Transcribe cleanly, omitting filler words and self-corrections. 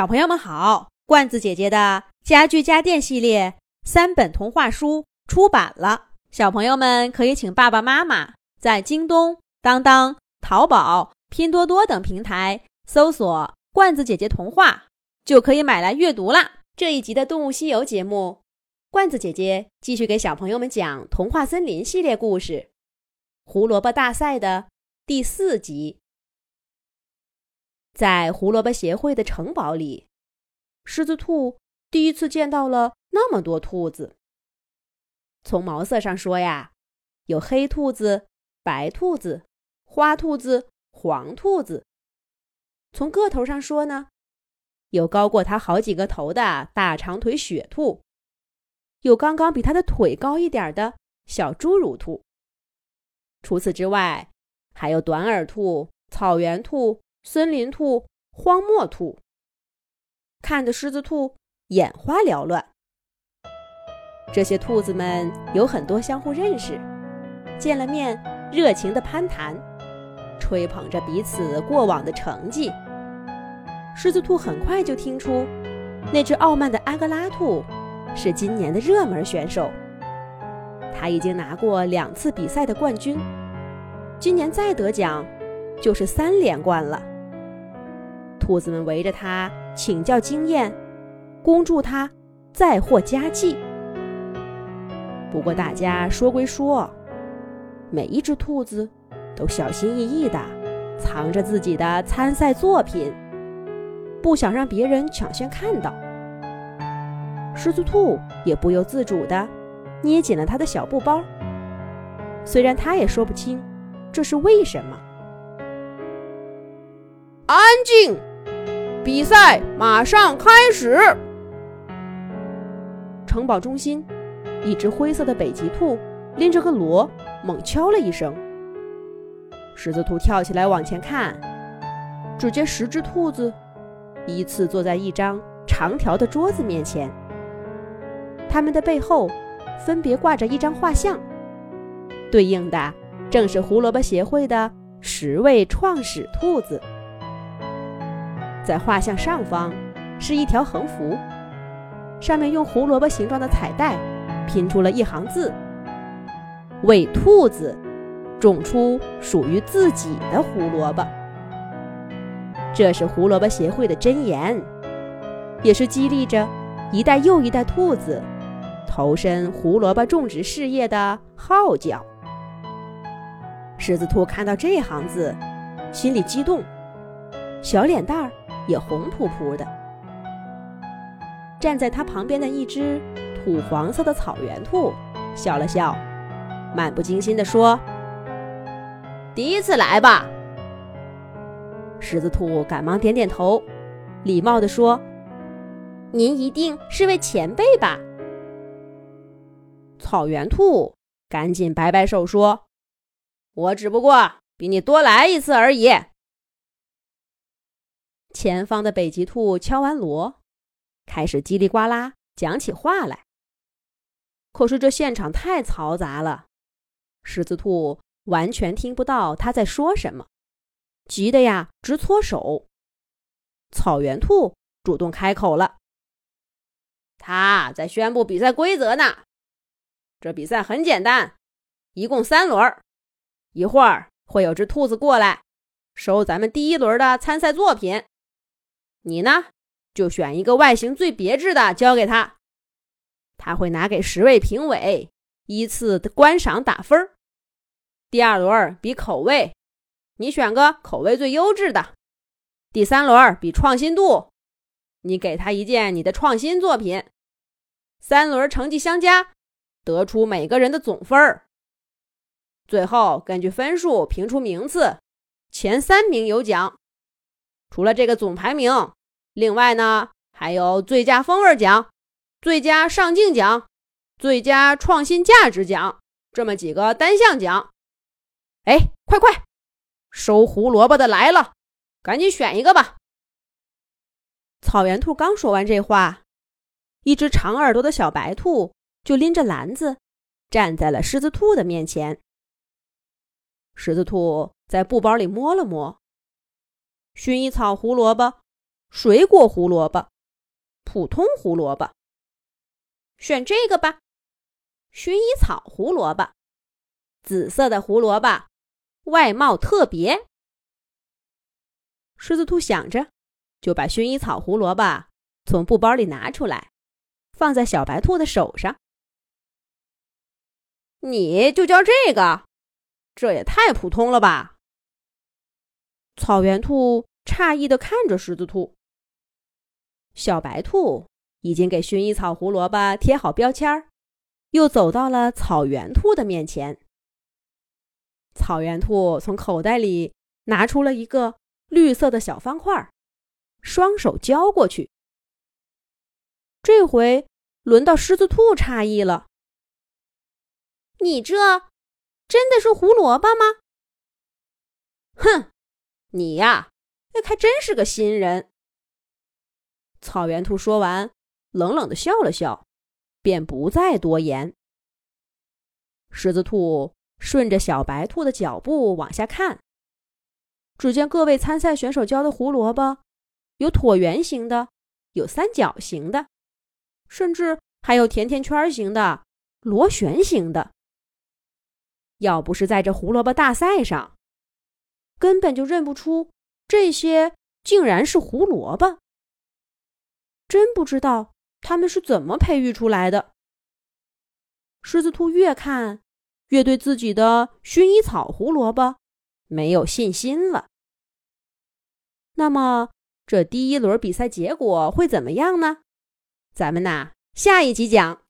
小朋友们好，罐子姐姐的家具家电系列3本童话书出版了，小朋友们可以请爸爸妈妈在京东、当当、淘宝、拼多多等平台搜索罐子姐姐童话，就可以买来阅读啦。这一集的动物西游节目，罐子姐姐继续给小朋友们讲童话森林系列故事胡萝卜大赛的第4集。在胡萝卜协会的城堡里，狮子兔第一次见到了那么多兔子。从毛色上说呀，有黑兔子、白兔子、花兔子、黄兔子。从个头上说呢，有高过它好几个头的大长腿雪兔，有刚刚比它的腿高一点的小侏儒兔。除此之外，还有短耳兔、草原兔、森林兔、荒漠兔，看得狮子兔眼花缭乱。这些兔子们有很多相互认识，见了面热情地攀谈，吹捧着彼此过往的成绩。狮子兔很快就听出，那只傲慢的安哥拉兔是今年的热门选手，他已经拿过2次比赛的冠军，今年再得奖就是3连冠了。兔子们围着他请教经验，恭祝他再获佳绩。不过大家说归说，每一只兔子都小心翼翼地藏着自己的参赛作品，不想让别人抢先看到。狮子兔也不由自主地捏紧了他的小布包，虽然他也说不清这是为什么。 安静！比赛马上开始！ 城堡中心，一只灰色的北极兔拎着个锣猛敲了一声。狮子兔跳起来往前看，只见10只兔子依次坐在一张长条的桌子面前，它们的背后分别挂着一张画像，对应的正是胡萝卜协会的10位创始兔子。在画像上方是一条横幅，上面用胡萝卜形状的彩带拼出了一行字：为兔子种出属于自己的胡萝卜。这是胡萝卜协会的箴言，也是激励着一代又一代兔子投身胡萝卜种植事业的号角。狮子兔看到这行字，心里激动，小脸蛋儿也红扑扑的。站在他旁边的一只土黄色的草原兔笑了笑，漫不经心地说： 第一次来吧。 狮子兔赶忙点点头，礼貌地说：您一定是位前辈吧？草原兔赶紧摆摆手说： 我只不过比你多来一次而已。 前方的北极兔敲完锣，开始叽里呱啦讲起话来。可是这现场太嘈杂了，狮子兔完全听不到他在说什么，急得呀直搓手。草原兔主动开口了： 他在宣布比赛规则呢。这比赛很简单，一共3轮，一会儿会有只兔子过来收咱们第1轮的参赛作品，你呢就选一个外形最别致的交给他，他会拿给10位评委依次观赏打分。第2轮比口味，你选个口味最优质的。第3轮比创新度，你给他一件你的创新作品。3轮成绩相加，得出每个人的总分。最后根据分数评出名次，前3名有奖。除了这个总排名，另外呢还有最佳风味奖、最佳上镜奖、最佳创新价值奖这么几个单项奖。哎，快快，收胡萝卜的来了，赶紧选一个吧。 草原兔刚说完这话，一只长耳朵的小白兔就拎着篮子站在了狮子兔的面前。狮子兔在布包里摸了摸，薰衣草胡萝卜水果胡萝卜、普通胡萝卜。 选这个吧，薰衣草胡萝卜，紫色的胡萝卜，外貌特别。 狮子兔想着，就把薰衣草胡萝卜从布包里拿出来，放在小白兔的手上。 你就叫这个？这也太普通了吧！ 草原兔诧异地看着狮子兔。小白兔已经给薰衣草胡萝卜贴好标签，又走到了草原兔的面前。草原兔从口袋里拿出了一个绿色的小方块，双手交过去。这回轮到狮子兔诧异了。 你这真的是胡萝卜吗？哼，你呀，还真是个新人。 草原兔说完，冷冷地笑了笑，便不再多言。狮子兔顺着小白兔的脚步往下看，只见各位参赛选手交的胡萝卜，有椭圆形的，有三角形的，甚至还有甜甜圈形的、螺旋形的。要不是在这胡萝卜大赛上，根本就认不出这些竟然是胡萝卜。真不知道它们是怎么培育出来的。狮子兔越看越对自己的薰衣草胡萝卜没有信心了。那么这第一轮比赛结果会怎么样呢？咱们下一集讲。